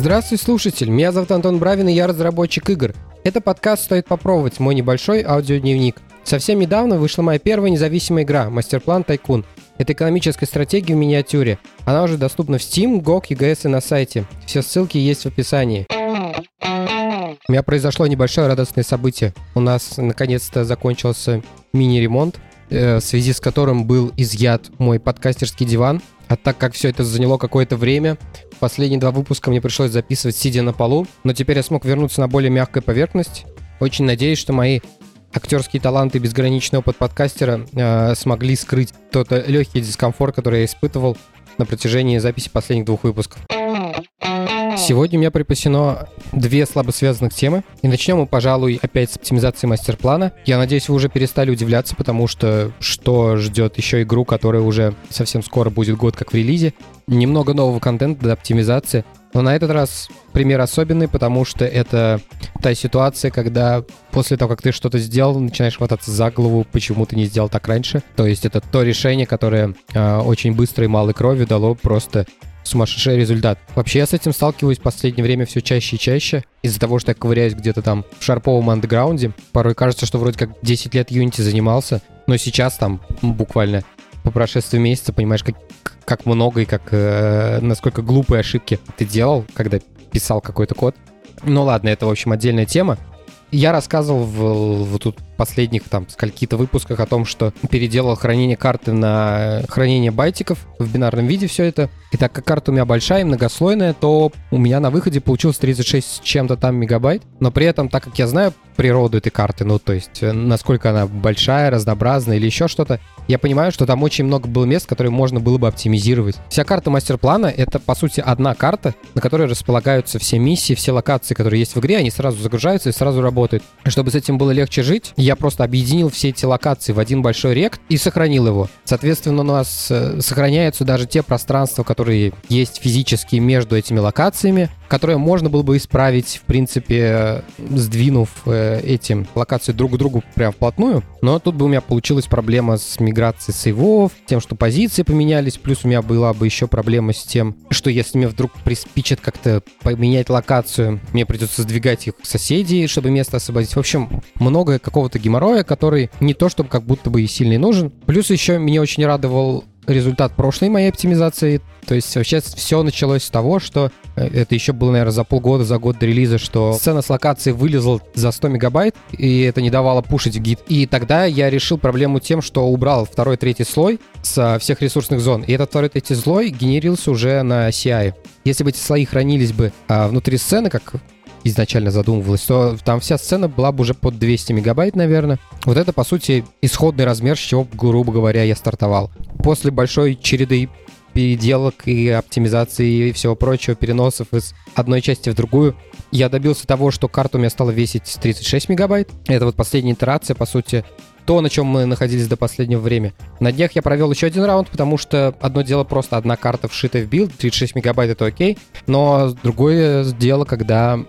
Здравствуй, слушатель! Меня зовут Антон Бравин, и я разработчик игр. Это подкаст «Стоит попробовать», мой небольшой аудиодневник. Совсем недавно вышла моя первая независимая игра «Мастерплан Тайкун». Это экономическая стратегия в миниатюре. Она уже доступна в Steam, GOG, EGS и на сайте. Все ссылки есть в описании. У меня произошло небольшое радостное событие. У нас наконец-то закончился мини-ремонт, в связи с которым был изъят мой подкастерский диван. А так как все это заняло какое-то время, последние 2 выпуска мне пришлось записывать сидя на полу, но теперь я смог вернуться на более мягкую поверхность. Очень надеюсь, что мои актерские таланты и безграничный опыт подкастера смогли скрыть тот легкий дискомфорт, который я испытывал на протяжении записи последних 2 выпусков. Сегодня у меня припасено 2 слабо связанных темы. И начнем мы, пожалуй, опять с оптимизации мастер-плана. Я надеюсь, вы уже перестали удивляться, потому что ждет еще игру, которая уже совсем скоро будет год как в релизе. Немного нового контента до оптимизации. Но на этот раз пример особенный, потому что это та ситуация, когда после того, как ты что-то сделал, начинаешь хвататься за голову, почему ты не сделал так раньше. То есть это то решение, которое очень быстро и малой кровью дало просто сумасшедший результат. Вообще я с этим сталкиваюсь в последнее время все чаще и чаще. Из-за того, что я ковыряюсь где-то там в шарповом андеграунде. Порой кажется, что вроде как 10 лет Unity занимался, но сейчас там буквально по прошествии месяца понимаешь, как много и насколько глупые ошибки ты делал, когда писал какой-то код. Ну ладно, это, в общем, отдельная тема. Я рассказывал в тут последних скольки-то выпусках о том, что переделал хранение карты на хранение байтиков в бинарном виде все это. И так как карта у меня большая и многослойная, то у меня на выходе получилось 36 с чем-то там мегабайт. Но при этом, так как я знаю природу этой карты, ну то есть насколько она большая, разнообразная или еще что-то, я понимаю, что там очень много было мест, которые можно было бы оптимизировать. Вся карта мастер-плана — это, по сути, одна карта, на которой располагаются все миссии, все локации, которые есть в игре, они сразу загружаются и сразу работают. Чтобы с этим было легче жить, я просто объединил все эти локации в один большой рект и сохранил его. Соответственно, у нас сохраняются даже те пространства, которые есть физически между этими локациями, которые можно было бы исправить, в принципе, сдвинув эти локации друг к другу прям вплотную. Но тут бы у меня получилась проблема с миграцией сейвов, тем, что позиции поменялись, плюс у меня была бы еще проблема с тем, что если мне вдруг приспичит как-то поменять локацию, мне придется сдвигать их соседей, чтобы место освободить. В общем, много какого-то геморроя, который не то чтобы как будто бы и сильно нужен. Плюс еще меня очень радовал результат прошлой моей оптимизации. То есть вообще все началось с того, что это еще было, наверное, за полгода, за год до релиза, что сцена с локацией вылезла за 100 мегабайт, и это не давало пушить гид. И тогда я решил проблему тем, что убрал 2-й, 3-й слой со всех ресурсных зон. И этот 2-й, 3-й слой генерился уже на CI. Если бы эти слои хранились бы внутри сцены, как изначально задумывалось, то там вся сцена была бы уже под 200 мегабайт, наверное. Вот это, по сути, исходный размер, с чего, грубо говоря, я стартовал. После большой череды переделок и оптимизации и всего прочего, переносов из одной части в другую, я добился того, что карта у меня стала весить 36 мегабайт. Это вот последняя итерация, по сути, то, на чем мы находились до последнего времени. На днях я провел еще один раунд, потому что одно дело просто одна карта, вшитая в билд, 36 мегабайт — это окей, но другое дело, когда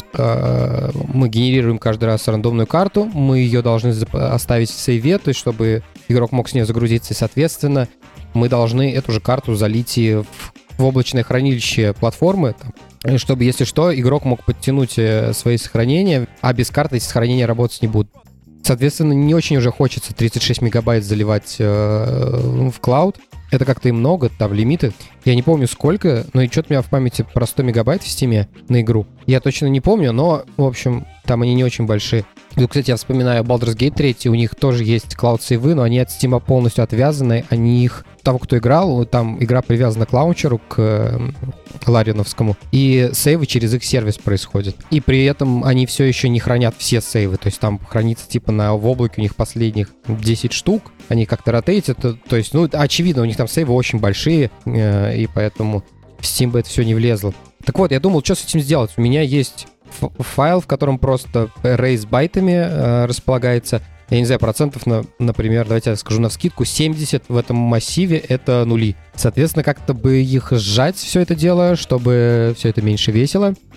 мы генерируем каждый раз рандомную карту, мы ее должны оставить в сейве, то есть чтобы игрок мог с нее загрузиться, и, соответственно, мы должны эту же карту залить и в облачное хранилище платформы, чтобы, если что, игрок мог подтянуть свои сохранения, а без карты эти сохранения работать не будут. Соответственно, не очень уже хочется 36 мегабайт заливать в клауд. Это как-то и много, там лимиты. Я не помню сколько, но и что-то у меня в памяти про 100 мегабайт в Steam на игру. Я точно не помню, но, в общем, там они не очень большие. И, кстати, я вспоминаю Baldur's Gate 3, у них тоже есть клауд-сейвы, но они от Steam полностью отвязаны. Они их, того, кто играл, там игра привязана к лаунчеру, к Ларионовскому, и сейвы через их сервис происходят. И при этом они все еще не хранят все сейвы, то есть там хранится типа в облаке у них последних 10 штук, они как-то ротейтят, то есть, очевидно, у них там сейвы очень большие, и поэтому в Steam бы это все не влезло. Так вот, я думал, что с этим сделать. У меня есть файл, в котором просто array с байтами располагается. Я не знаю, процентов, например, давайте я скажу навскидку, 70 в этом массиве — это нули. Соответственно, как-то бы их сжать, все это дело, чтобы все это меньше весило.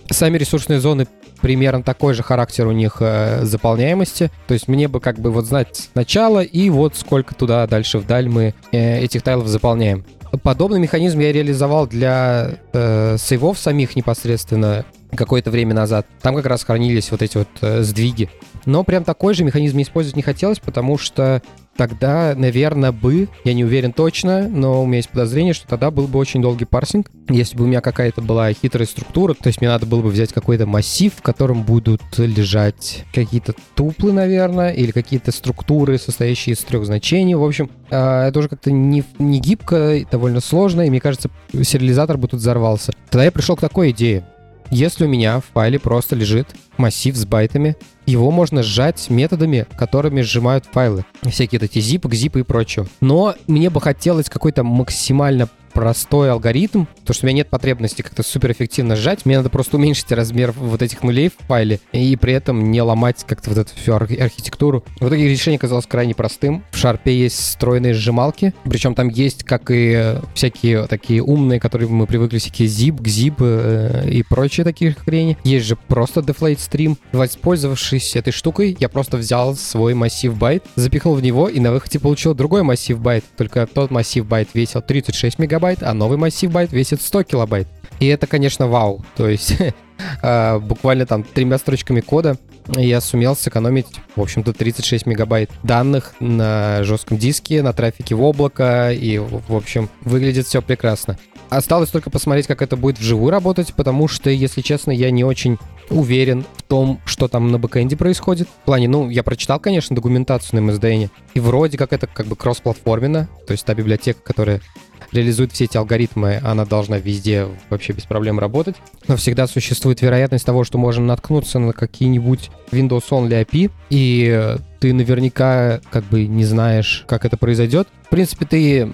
Сами ресурсные зоны примерно такой же характер у них заполняемости. То есть мне бы как бы вот знать начало и вот сколько туда дальше вдаль мы этих тайлов заполняем. Подобный механизм я реализовал для сейвов самих непосредственно какое-то время назад. Там как раз хранились вот эти вот сдвиги. Но прям такой же механизм использовать не хотелось, потому что тогда, наверное, я не уверен точно, но у меня есть подозрение, что тогда был бы очень долгий парсинг. Если бы у меня какая-то была хитрая структура, то есть мне надо было бы взять какой-то массив, в котором будут лежать какие-то туплы, наверное, или какие-то структуры, состоящие из 3 значений. В общем, это уже как-то не гибко, довольно сложно, и мне кажется, сериализатор бы тут взорвался. Тогда я пришел к такой идее. Если у меня в файле просто лежит массив с байтами, его можно сжать методами, которыми сжимают файлы. Всякие эти zip, экзипы и прочее. Но мне бы хотелось какой-то максимально простой алгоритм, потому что у меня нет потребности как-то суперэффективно сжать. Мне надо просто уменьшить размер вот этих нулей в файле и при этом не ломать как-то вот эту всю архитектуру. В итоге решение оказалось крайне простым. В Sharp есть встроенные сжималки, причем там есть как и всякие такие умные, которые мы привыкли, всякие zip, gzip и прочие такие хрени. Есть же просто deflate stream. Воспользовавшись этой штукой, я просто взял свой массив байт, запихнул в него и на выходе получил другой массив байт. Только тот массив байт весил 36 мегабайт, а новый массив байт весит 100 килобайт. И это, конечно, вау. То есть буквально там 3 строчками кода я сумел сэкономить, в общем-то, 36 мегабайт данных на жестком диске, на трафике в облако, и, в общем, выглядит все прекрасно. Осталось только посмотреть, как это будет вживую работать, потому что, если честно, я не очень уверен в том, что там на бэкэнде происходит. В плане, я прочитал, конечно, документацию на MSDN, и вроде как это как бы кросс-платформенно, то есть та библиотека, которая реализует все эти алгоритмы, она должна везде вообще без проблем работать. Но всегда существует вероятность того, что можно наткнуться на какие-нибудь Windows Only API, и ты наверняка как бы не знаешь, как это произойдет. В принципе, ты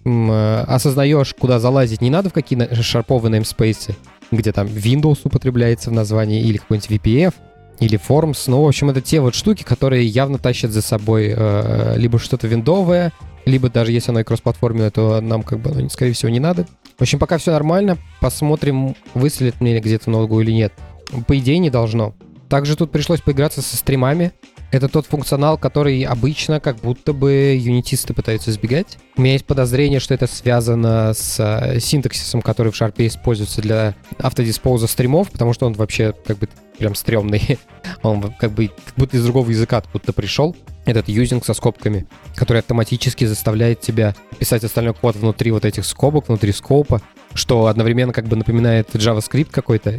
осознаешь, куда залазить не надо, в какие шарпованные namespace, где там Windows употребляется в названии, или какой-нибудь VPF, или Forms. Ну, в общем, это те вот штуки, которые явно тащат за собой либо что-то виндовое, либо даже если оно и кроссплатформенное, то нам как бы, скорее всего, не надо. В общем, пока все нормально. Посмотрим, выстрелит мне где-то ногу или нет. По идее, не должно. Также тут пришлось поиграться со стримами. Это тот функционал, который обычно как будто бы юнитисты пытаются избегать. У меня есть подозрение, что это связано с синтаксисом, который в Sharp используется для автодиспоуза стримов, потому что он вообще как бы прям стрёмный. Он как будто из другого языка откуда-то пришел. Этот юзинг со скобками, который автоматически заставляет тебя писать остальной код внутри вот этих скобок, внутри скопа, что одновременно как бы напоминает JavaScript какой-то,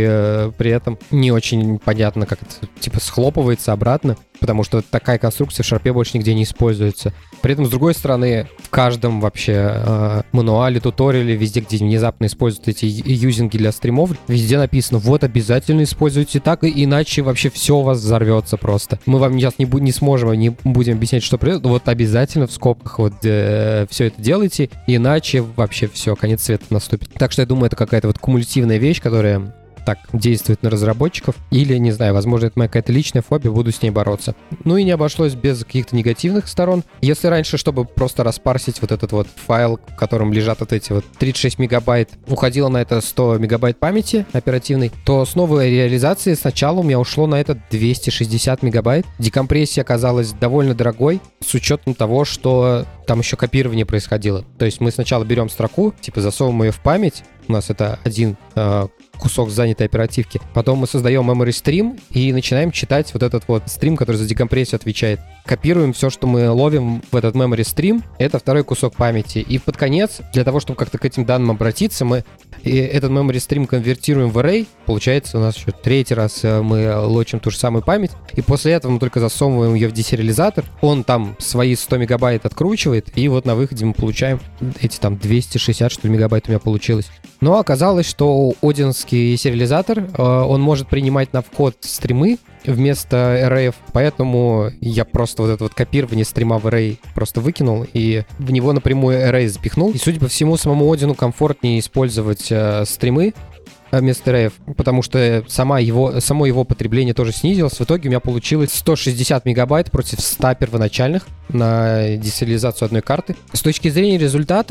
и при этом не очень понятно, как это типа схлопывается обратно, потому что такая конструкция в Sharp больше нигде не используется. При этом, с другой стороны, в каждом вообще мануале, туториале, везде, где внезапно используют эти юзинги для стримов, везде написано: вот обязательно используйте так, иначе вообще все у вас взорвется просто. Мы вам сейчас не сможем, не будем объяснять, что произойдет. Вот обязательно в скобках вот все это делайте, иначе вообще все, конец света наступит. Так что я думаю, это какая-то вот кумулятивная вещь, которая так действует на разработчиков. Или, не знаю, возможно, это моя какая-то личная фобия, буду с ней бороться. Ну и не обошлось без каких-то негативных сторон. Если раньше, чтобы просто распарсить вот этот вот файл, в котором лежат вот эти вот 36 мегабайт, уходило на это 100 мегабайт памяти оперативной, то с новой реализацией сначала у меня ушло на это 260 мегабайт. Декомпрессия оказалась довольно дорогой, с учетом того, что там еще копирование происходило. То есть мы сначала берем строку, типа засовываем ее в память, у нас это один кусок занятой оперативки. Потом мы создаем memory stream и начинаем читать вот этот вот стрим, который за декомпрессию отвечает. Копируем все, что мы ловим в этот memory stream, это второй кусок памяти. И под конец, для того, чтобы как-то к этим данным обратиться, мы этот memory stream конвертируем в array. Получается, у нас еще третий раз мы лочим ту же самую память. И после этого мы только засовываем ее в десериализатор. Он там свои 100 мегабайт откручивает, и вот на выходе мы получаем эти там 260, что ли, мегабайт у меня получилось. Но оказалось, что одинский сериализатор, он может принимать на вход стримы вместо array'ев, поэтому я просто вот это вот копирование стрима в array просто выкинул и в него напрямую array запихнул. И, судя по всему, самому Одину комфортнее использовать стримы вместо array'ев, потому что само его потребление тоже снизилось. В итоге у меня получилось 160 мегабайт против 100 первоначальных на десериализацию одной карты. С точки зрения результата,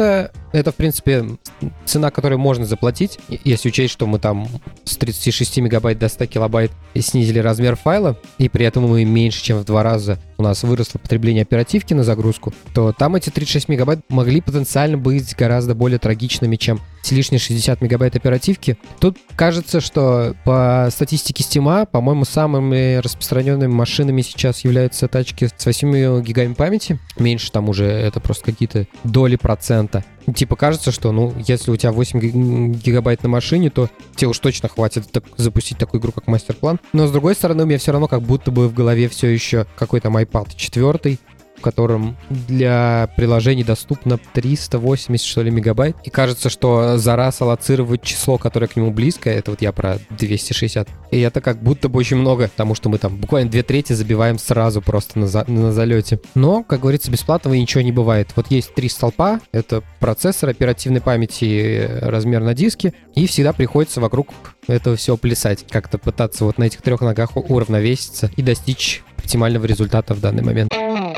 это, в принципе, цена, которую можно заплатить, если учесть, что мы там с 36 мегабайт до 100 килобайт снизили размер файла, и при этом мы меньше, чем в 2 раза у нас выросло потребление оперативки на загрузку, то там эти 36 мегабайт могли потенциально быть гораздо более трагичными, чем те лишние 60 мегабайт оперативки. Тут кажется, что по статистике Steam, по-моему, самыми распространенными машинами сейчас являются тачки с 8 гигами памяти. Меньше там уже это просто какие-то доли процента. Типа кажется, что, если у тебя 8 гигабайт на машине, то тебе уж точно хватит запустить такую игру, как Мастерплан. Но, с другой стороны, у меня все равно как будто бы в голове все еще какой-то iPad 4, в котором для приложений доступно 380, что ли, мегабайт. И кажется, что за раз аллоцировать число, которое к нему близко, это вот я про 260, и это как будто бы очень много, потому что мы там буквально 2/3 забиваем сразу просто на залете. Но, как говорится, бесплатного ничего не бывает. Вот есть 3 столпа, это процессор, оперативной памяти, размер на диске, и всегда приходится вокруг этого всего плясать, как-то пытаться вот на этих 3 ногах уравновеситься и достичь оптимального результата в данный момент.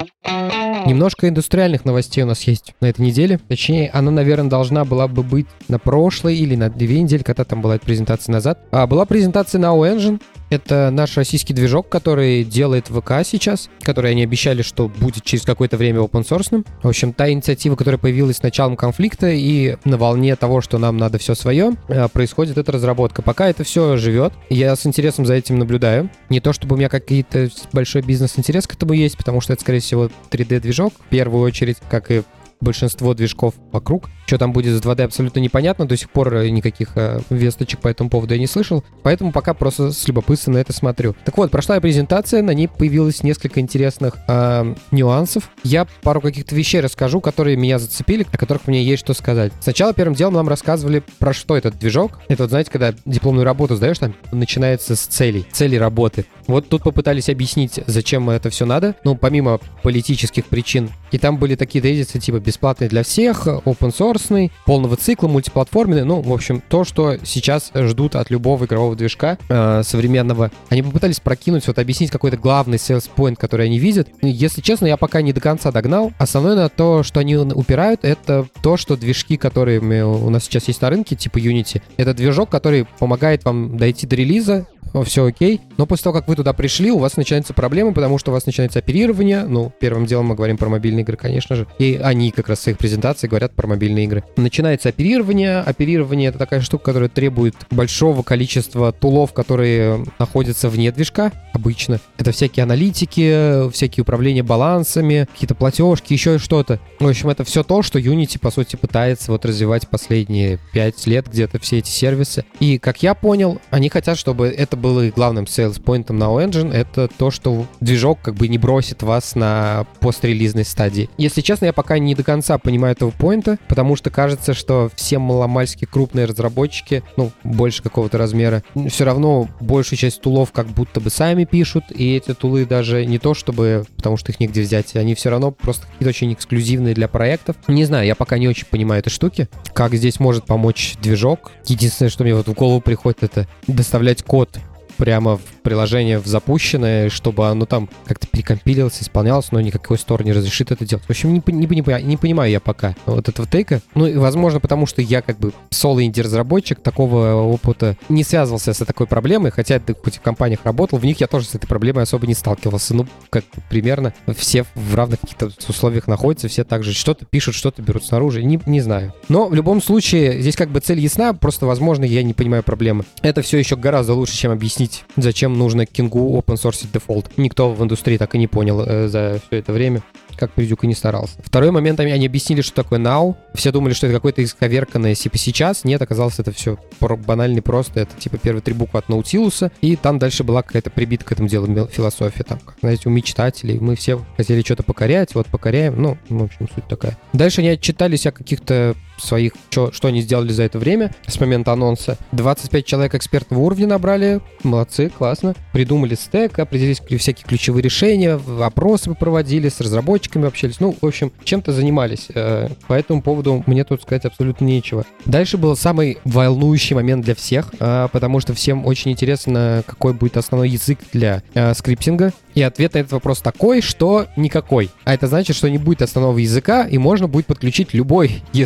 Немножко индустриальных новостей у нас есть на этой неделе. Точнее, она, наверное, должна была бы быть на прошлой или на 2 недели, когда там была эта презентация назад. Была презентация Now Engine. Это наш российский движок, который делает ВК сейчас, который они обещали, что будет через какое-то время open-source. В общем, та инициатива, которая появилась с началом конфликта, и на волне того, что нам надо все свое, происходит эта разработка. Пока это все живет, я с интересом за этим наблюдаю. Не то, чтобы у меня какой-то большой бизнес-интерес к этому есть, потому что это, скорее всего, 3D-движок, в первую очередь, как и большинство движков вокруг. Что там будет с 2D, абсолютно непонятно. До сих пор никаких весточек по этому поводу я не слышал. Поэтому пока просто с любопытством на это смотрю. Так вот, прошла презентация, на ней появилось несколько интересных нюансов. Я пару каких-то вещей расскажу, которые меня зацепили, о которых мне есть что сказать. Сначала первым делом нам рассказывали, про что этот движок. Это вот, знаете, когда дипломную работу сдаешь, там начинается с целей работы. Вот тут попытались объяснить, зачем это все надо. Помимо политических причин. И там были такие тезисы, типа бесплатный для всех, open-source, полного цикла, мультиплатформенный. В общем, то, что сейчас ждут от любого игрового движка современного. Они попытались прокинуть, объяснить какой-то главный sales point, который они видят. Если честно, я пока не до конца догнал. Основное то, что они упирают, это то, что движки, которые у нас сейчас есть на рынке, типа Unity, это движок, который помогает вам дойти до релиза, все окей, но после того, как вы туда пришли, у вас начинаются проблемы, потому что у вас начинается оперирование. Первым делом мы говорим про мобильные игры, конечно же, и они как раз в своих презентациях говорят про мобильные игры. Начинается оперирование. Оперирование — это такая штука, которая требует большого количества тулов, которые находятся вне движка обычно. Это всякие аналитики, всякие управления балансами, какие-то платежки, еще что-то. В общем, это все то, что Unity, по сути, пытается развивать последние 5 лет где-то все эти сервисы. И, как я понял, они хотят, чтобы это было и главным сейлс-поинтом Now Engine, это то, что движок не бросит вас на пострелизной стадии. Если честно, я пока не до конца понимаю этого поинта, потому что кажется, что все маломальски крупные разработчики, больше какого-то размера, все равно большую часть тулов как будто бы сами пишут, и эти тулы даже не то чтобы, потому что их негде взять, они все равно просто какие-то очень эксклюзивные для проектов. Не знаю, я пока не очень понимаю этой штуки, как здесь может помочь движок. Единственное, что мне в голову приходит, это доставлять код прямо в приложение в запущенное, чтобы оно там как-то перекомпилилось, исполнялось, но никакой стор не разрешит это делать. В общем, не понимаю я пока этого тейка. И, возможно, потому что я соло-инди-разработчик, такого опыта не связывался с такой проблемой, хотя хоть в компаниях работал, в них я тоже с этой проблемой особо не сталкивался. Примерно все в равных каких-то условиях находятся, все также что-то пишут, что-то берут снаружи, не знаю. Но в любом случае, здесь цель ясна, просто, возможно, я не понимаю проблемы. Это все еще гораздо лучше, чем объяснить, зачем нужно Кингу open-source дефолт. Никто в индустрии так и не понял за все это время, как Пиздюк и не старался. Второй момент, они объяснили, что такое Now. Все думали, что это какое-то исковерканное сейчас. Нет, оказалось, это все банально и просто. Это первые 3 буквы от Наутилуса, и там дальше была какая-то прибита к этому делу философия. Там, знаете, у мечтателей. Мы все хотели что-то покорять, покоряем. В общем, суть такая. Дальше они отчитались о каких-то своих, что они сделали за это время с момента анонса. 25 человек экспертного уровня набрали. Молодцы, классно. Придумали стэк, определились всякие ключевые решения, опросы проводили, с разработчиками общались. В общем, чем-то занимались. По этому поводу мне тут сказать абсолютно нечего. Дальше был самый волнующий момент для всех, потому что всем очень интересно, какой будет основной язык для скриптинга. И ответ на этот вопрос такой, что никакой. А это значит, что не будет основного языка, и можно будет подключить любой язык. И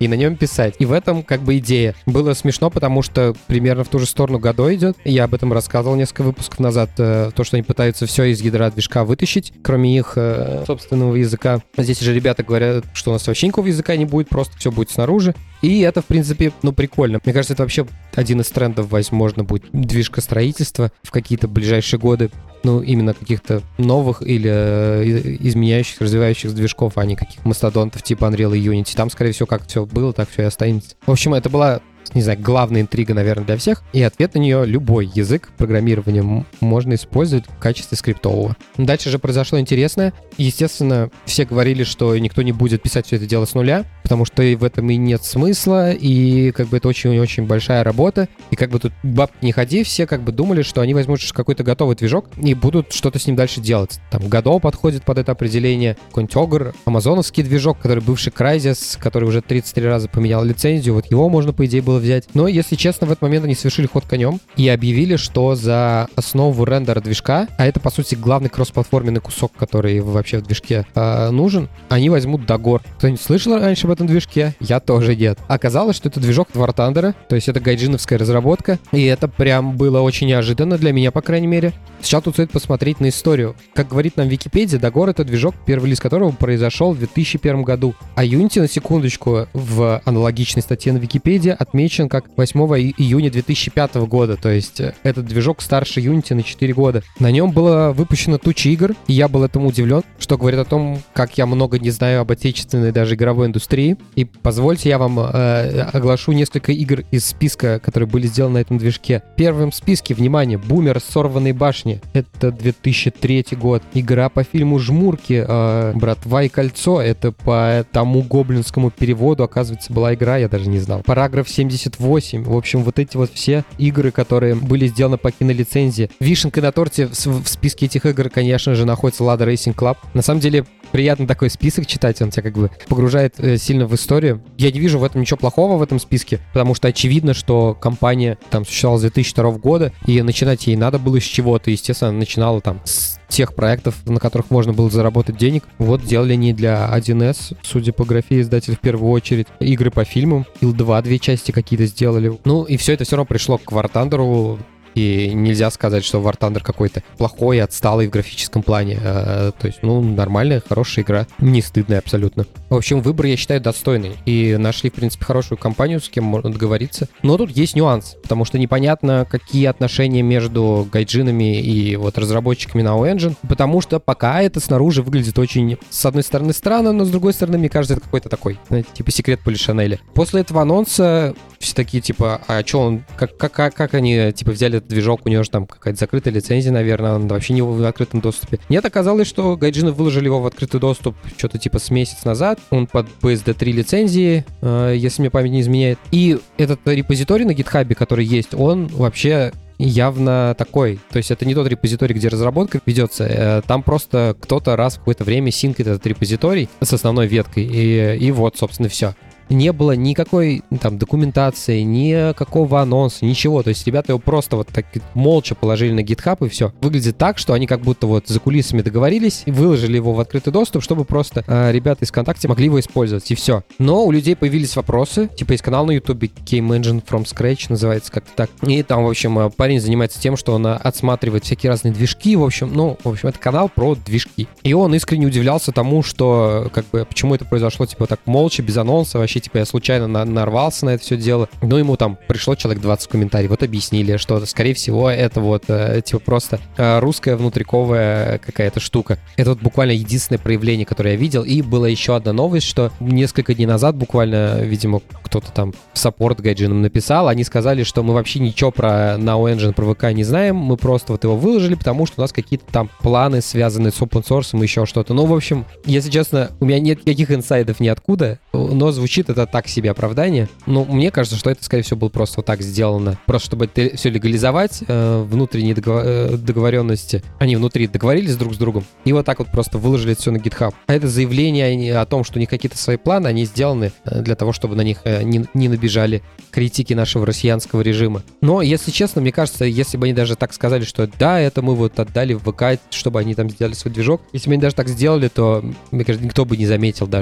и на нем писать. И в этом как бы идея. Было смешно, потому что примерно в ту же сторону Godot идет. Я об этом рассказывал несколько выпусков назад. То, что они пытаются все из ядра движка вытащить, кроме их собственного языка. Здесь же ребята говорят, что у нас вообще никакого языка не будет, просто все будет снаружи. И это, в принципе, прикольно. Мне кажется, это вообще один из трендов, возможно, будет движкостроительства в какие-то ближайшие годы. Именно каких-то новых или изменяющих, развивающих движков, а не каких мастодонтов типа Unreal и Unity. Там, скорее всего, как все было, так все и останется. В общем, это была, не знаю, главная интрига, наверное, для всех. И ответ на нее — любой язык программирования можно использовать в качестве скриптового. Дальше же произошло интересное. Естественно, все говорили, что никто не будет писать все это дело с нуля, потому что в этом и нет смысла, и как бы это очень-очень большая работа. И как бы тут бабки не ходи, все как бы думали, что они возьмут какой-то готовый движок и будут что-то с ним дальше делать. Там Godot подходит под это определение, какой-нибудь Ogre, амазоновский движок, который бывший Crysis, который уже 33 раза поменял лицензию, вот его можно, по идее, было взять. Но, если честно, в этот момент они совершили ход конем и объявили, что за основу рендера движка, а это, по сути, главный кроссплатформенный кусок, который вообще в движке нужен, они возьмут Dagor. Кто-нибудь слышал раньше об этом движке? Я тоже нет. Оказалось, что это движок War Thunder, то есть это гайджиновская разработка, и это прям было очень неожиданно для меня, по крайней мере. Сначала тут стоит посмотреть на историю. Как говорит нам Википедия, Dagor — это движок, первый релиз которого произошел в 2001 году. А Unity, на секундочку, в аналогичной статье на Википедии отмечен как 8 июня 2005 года. То есть этот движок старше Unity на 4 года. На нем было выпущено туча игр, и я был этому удивлен, что говорит о том, как я много не знаю об отечественной даже игровой индустрии. И позвольте, я вам оглашу несколько игр из списка, которые были сделаны на этом движке. В первом списке, внимание, Бумер «Сорванные башни». Это 2003 год. Игра по фильму «Жмурки», «Братва и кольцо». Это по тому гоблинскому переводу, оказывается, была игра, я даже не знал. Параграф 78. В общем, вот эти вот все игры, которые были сделаны по кинолицензии. Вишенкой на торте в списке этих игр, конечно же, находится Lada Racing Club. На самом деле, приятно такой список читать, он тебя как бы погружает сильно в историю. Я не вижу в этом ничего плохого, в этом списке, потому что очевидно, что компания там существовала с 2002 года, и начинать ей надо было с чего-то. Естественно, начинала там с тех проектов, на которых можно было заработать денег. Вот делали они для 1С, судя по графе издателя, в первую очередь, игры по фильмам. Ил-2 2 части какие-то сделали. И все это все равно пришло к War Thunder. И нельзя сказать, что War Thunder какой-то плохой, отсталый в графическом плане. То есть, нормальная, хорошая игра. Не стыдная абсолютно. В общем, выбор, я считаю, достойный. И нашли, в принципе, хорошую компанию, с кем можно договориться. Но тут есть нюанс, потому что непонятно, какие отношения между гайджинами и вот разработчиками Now Engine. Потому что пока это снаружи выглядит очень, с одной стороны, странно, но с другой стороны, мне кажется, это какой-то такой, знаете, типа секрет Полишинеля. После этого анонса все такие, типа, а что он, как они, типа, взяли этот движок, у него же там какая-то закрытая лицензия, наверное, он вообще не в открытом доступе. Нет, оказалось, что гайджины выложили его в открытый доступ что-то типа с месяц назад, он под BSD3 лицензии, если мне память не изменяет. И этот репозиторий на GitHub, который есть, он вообще явно такой. То есть это не тот репозиторий, где разработка ведется. Там просто кто-то раз в какое-то время синкает этот репозиторий с основной веткой, и вот, собственно, все. Не было никакой там документации, никакого анонса, ничего. То есть ребята его просто вот так молча положили на GitHub, и все. Выглядит так, что они как будто вот за кулисами договорились и выложили его в открытый доступ, чтобы просто ребята из ВКонтакте могли его использовать, и все. Но у людей появились вопросы. Типа есть канал на YouTube Game Engine from Scratch, называется как-то так. И там, в общем, парень занимается тем, что он отсматривает всякие разные движки. В общем, это канал про движки. И он искренне удивлялся тому, что, как бы, почему это произошло, типа, так молча, без анонса, вообще, типа, я случайно нарвался на это все дело. Но ему там пришло человек 20 комментариев. Вот объяснили, что, скорее всего, это вот, типа, просто русская внутриковая какая-то штука. Это вот буквально единственное проявление, которое я видел. И была еще одна новость, что несколько дней назад буквально, видимо, кто-то там в саппорт гайджинам написал. Они сказали, что мы вообще ничего про Now Engine, про ВК не знаем. Мы просто вот его выложили, потому что у нас какие-то там планы, связанные с open source и еще что-то. В общем, если честно, у меня нет никаких инсайдов ниоткуда, но звучит это так себе оправдание. Мне кажется, что это, скорее всего, было просто вот так сделано. Просто чтобы это все легализовать, внутренние договоренности. Они внутри договорились друг с другом и вот так вот просто выложили это все на GitHub. А это заявление о том, что у них какие-то свои планы, они сделаны для того, чтобы на них не набежали критики нашего россиянского режима. Но, если честно, мне кажется, если бы они даже так сказали, что да, это мы вот отдали в ВК, чтобы они там сделали свой движок, если бы они даже так сделали, то, мне кажется, никто бы не заметил даже.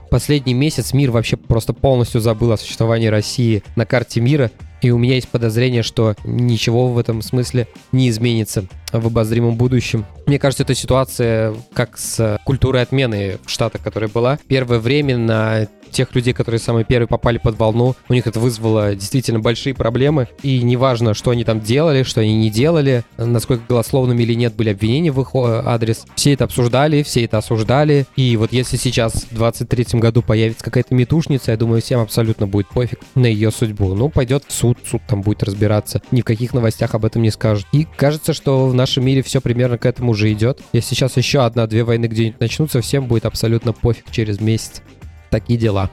последний месяц мир вообще просто полностью забыл о существовании России на карте мира. И у меня есть подозрение, что ничего в этом смысле не изменится в обозримом будущем. Мне кажется, эта ситуация как с культурой отмены в Штатах, которая была. Первое время на тех людей, которые самые первые попали под волну, у них это вызвало действительно большие проблемы. И неважно, что они там делали, что они не делали, насколько голословными или нет были обвинения в их адрес. Все это обсуждали, все это осуждали. И вот если сейчас в 23-м году появится какая-то метушница, я думаю, всем абсолютно будет пофиг на ее судьбу. Ну, пойдет в суд там будет разбираться. Ни в каких новостях об этом не скажут. И кажется, что в нашем мире все примерно к этому уже идет. Если сейчас еще 1-2 войны где-нибудь начнутся, всем будет абсолютно пофиг через месяц. Такие дела.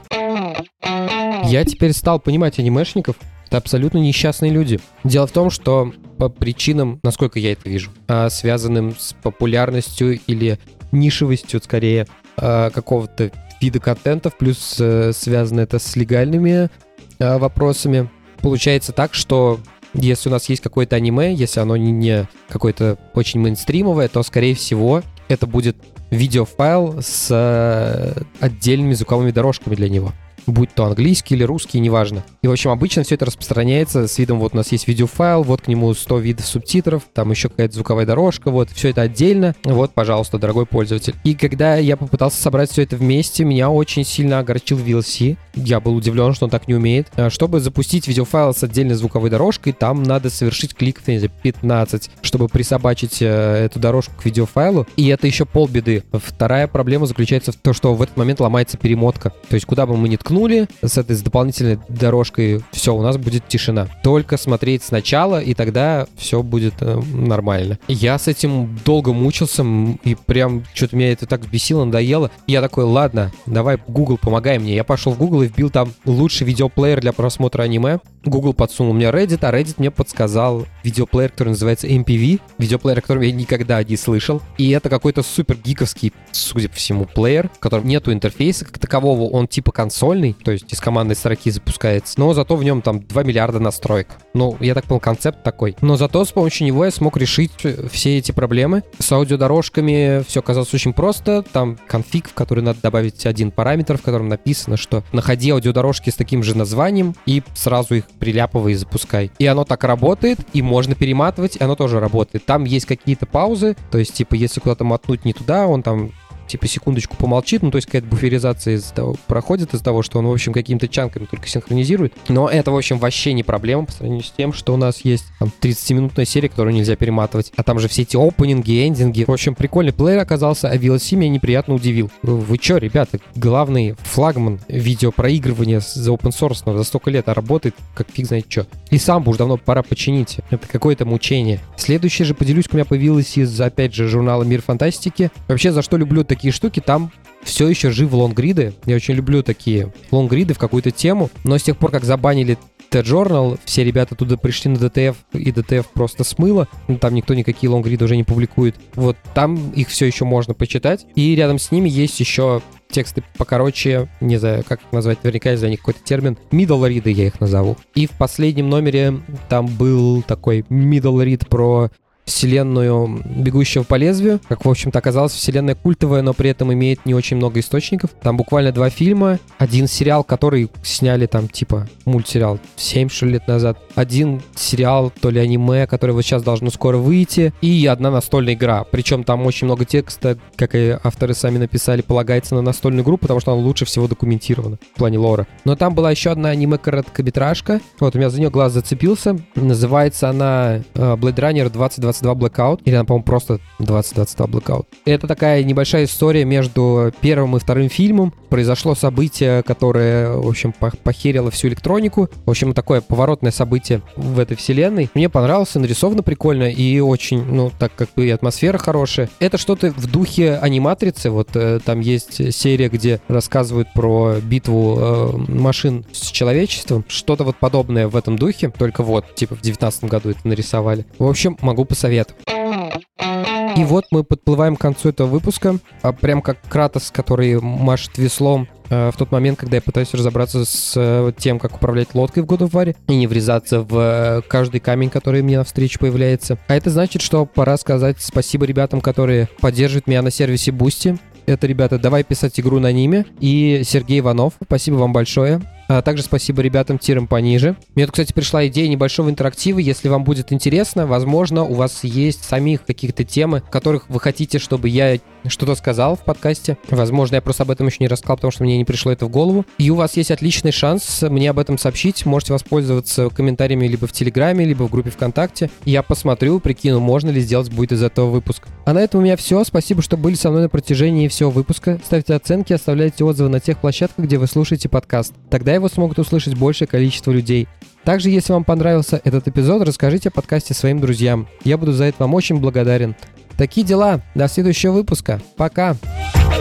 Я теперь стал понимать анимешников. Это абсолютно несчастные люди. Дело в том, что по причинам, насколько я это вижу, связанным с популярностью или нишевостью, скорее, какого-то вида контентов, плюс связано это с легальными вопросами, получается так, что если у нас есть какое-то аниме, если оно не какое-то очень мейнстримовое, то, скорее всего, это будет видеофайл с отдельными звуковыми дорожками для него. Будь то английский или русский, неважно. И, в общем, обычно все это распространяется с видом, вот у нас есть видеофайл, вот к нему 100 видов субтитров, там еще какая-то звуковая дорожка, вот, все это отдельно. Вот, пожалуйста, дорогой пользователь. И когда я попытался собрать все это вместе, меня очень сильно огорчил VLC. Я был удивлен, что он так не умеет. Чтобы запустить видеофайл с отдельной звуковой дорожкой, там надо совершить клик 15, чтобы присобачить эту дорожку к видеофайлу. И это еще полбеды. Вторая проблема заключается в том, что в этот момент ломается перемотка. То есть, куда бы мы ни ткнули, с этой дополнительной дорожкой, все, у нас будет тишина. Только смотреть сначала, и тогда все будет нормально. Я с этим долго мучился, и прям что-то меня это так бесило, надоело. Я такой, ладно, давай, Google, помогай мне. Я пошел в Google и вбил там лучший видеоплеер для просмотра аниме. Google подсунул мне Reddit, а Reddit мне подсказал видеоплеер, который называется MPV. Видеоплеер, о котором я никогда не слышал. И это какой-то супер гиковский, судя по всему, плеер, в котором нету интерфейса как такового, он типа консольный, то есть из командной строки запускается. Но зато в нем там 2 миллиарда настроек. Ну, я так понял, концепт такой. Но зато с помощью него я смог решить все эти проблемы. С аудиодорожками все оказалось очень просто. Там конфиг, в который надо добавить один параметр, в котором написано, что находи аудиодорожки с таким же названием и сразу их приляпывай и запускай. И оно так работает, и можно перематывать, и оно тоже работает. Там есть какие-то паузы, то есть, типа, если куда-то мотнуть не туда, он там типа секундочку помолчит, ну то есть какая-то буферизация проходит из-за того, что он, в общем, какими-то чанками только синхронизирует. Но это, в общем, вообще не проблема по сравнению с тем, что у нас есть там 30-минутная серия, которую нельзя перематывать. А там же все эти опенинги, эндинги. В общем, прикольный плеер оказался, а VLC меня неприятно удивил. Вы чё, ребята, главный флагман видеопроигрывания за open source за столько лет, а работает как фиг знает чё. И сам бы уж давно пора починить. Это какое-то мучение. Следующее же, поделюсь, у меня появилось из, опять же, журнала «Мир фантастики». Вообще, за что люблю такие штуки, там все еще живы лонгриды. Я очень люблю такие лонгриды в какую-то тему, но с тех пор, как забанили TJournal, все ребята туда пришли на DTF, и DTF просто смыло. Там никто никакие лонгриды уже не публикует. Вот там их все еще можно почитать. И рядом с ними есть еще тексты покороче, не знаю, как их назвать, наверняка из-за них какой-то термин. Middle read я их назову. И в последнем номере там был такой middle read про вселенную «Бегущего по лезвию». Как, в общем-то, оказалось, вселенная культовая, но при этом имеет не очень много источников. Там буквально 2 фильма, один сериал, который сняли там, типа, мультсериал 7, что ли, лет назад. Один сериал, то ли аниме, которое вот сейчас должно скоро выйти. И одна настольная игра. Причем там очень много текста, как и авторы сами написали, полагается на настольную игру, потому что она лучше всего документирована в плане лора. Но там была еще одна аниме-короткометражка. Вот, у меня за нее глаз зацепился. Называется она Blade Runner 2022 Blackout, или она, по-моему, просто 2022 Blackout. Это такая небольшая история между первым и вторым фильмом. Произошло событие, которое, в общем, похерило всю электронику. В общем, такое поворотное событие в этой вселенной. Мне понравилось, нарисовано прикольно и очень, ну, так как бы и атмосфера хорошая. Это что-то в духе аниматрицы. Вот там есть серия, где рассказывают про битву машин с человечеством. Что-то вот подобное в этом духе, только вот, типа, в 19 году это нарисовали. В общем, могу посоветовать. И вот мы подплываем к концу этого выпуска. Прям как Кратос, который машет веслом в тот момент, когда я пытаюсь разобраться с тем, как управлять лодкой в God of War и не врезаться в каждый камень, который мне навстречу появляется. А это значит, что пора сказать спасибо ребятам, которые поддерживают меня на сервисе Boosty. Это, ребята, «Давай писать игру на Ниме» и Сергей Иванов. Спасибо вам большое. А также спасибо ребятам тиром пониже. Мне тут, кстати, пришла идея небольшого интерактива. Если вам будет интересно, возможно, у вас есть самих каких-то темы, в которых вы хотите, чтобы я что-то сказал в подкасте. Возможно, я просто об этом еще не рассказал, потому что мне не пришло это в голову. И у вас есть отличный шанс мне об этом сообщить. Можете воспользоваться комментариями либо в Телеграме, либо в группе ВКонтакте. Я посмотрю, прикину, можно ли сделать будет из этого выпуск. А на этом у меня все. Спасибо, что были со мной на протяжении всего выпуска. Ставьте оценки, оставляйте отзывы на тех площадках, где вы слушаете подкаст. Тогда его смогут услышать большее количество людей. Также, если вам понравился этот эпизод, расскажите о подкасте своим друзьям. Я буду за это вам очень благодарен. Такие дела. До следующего выпуска. Пока.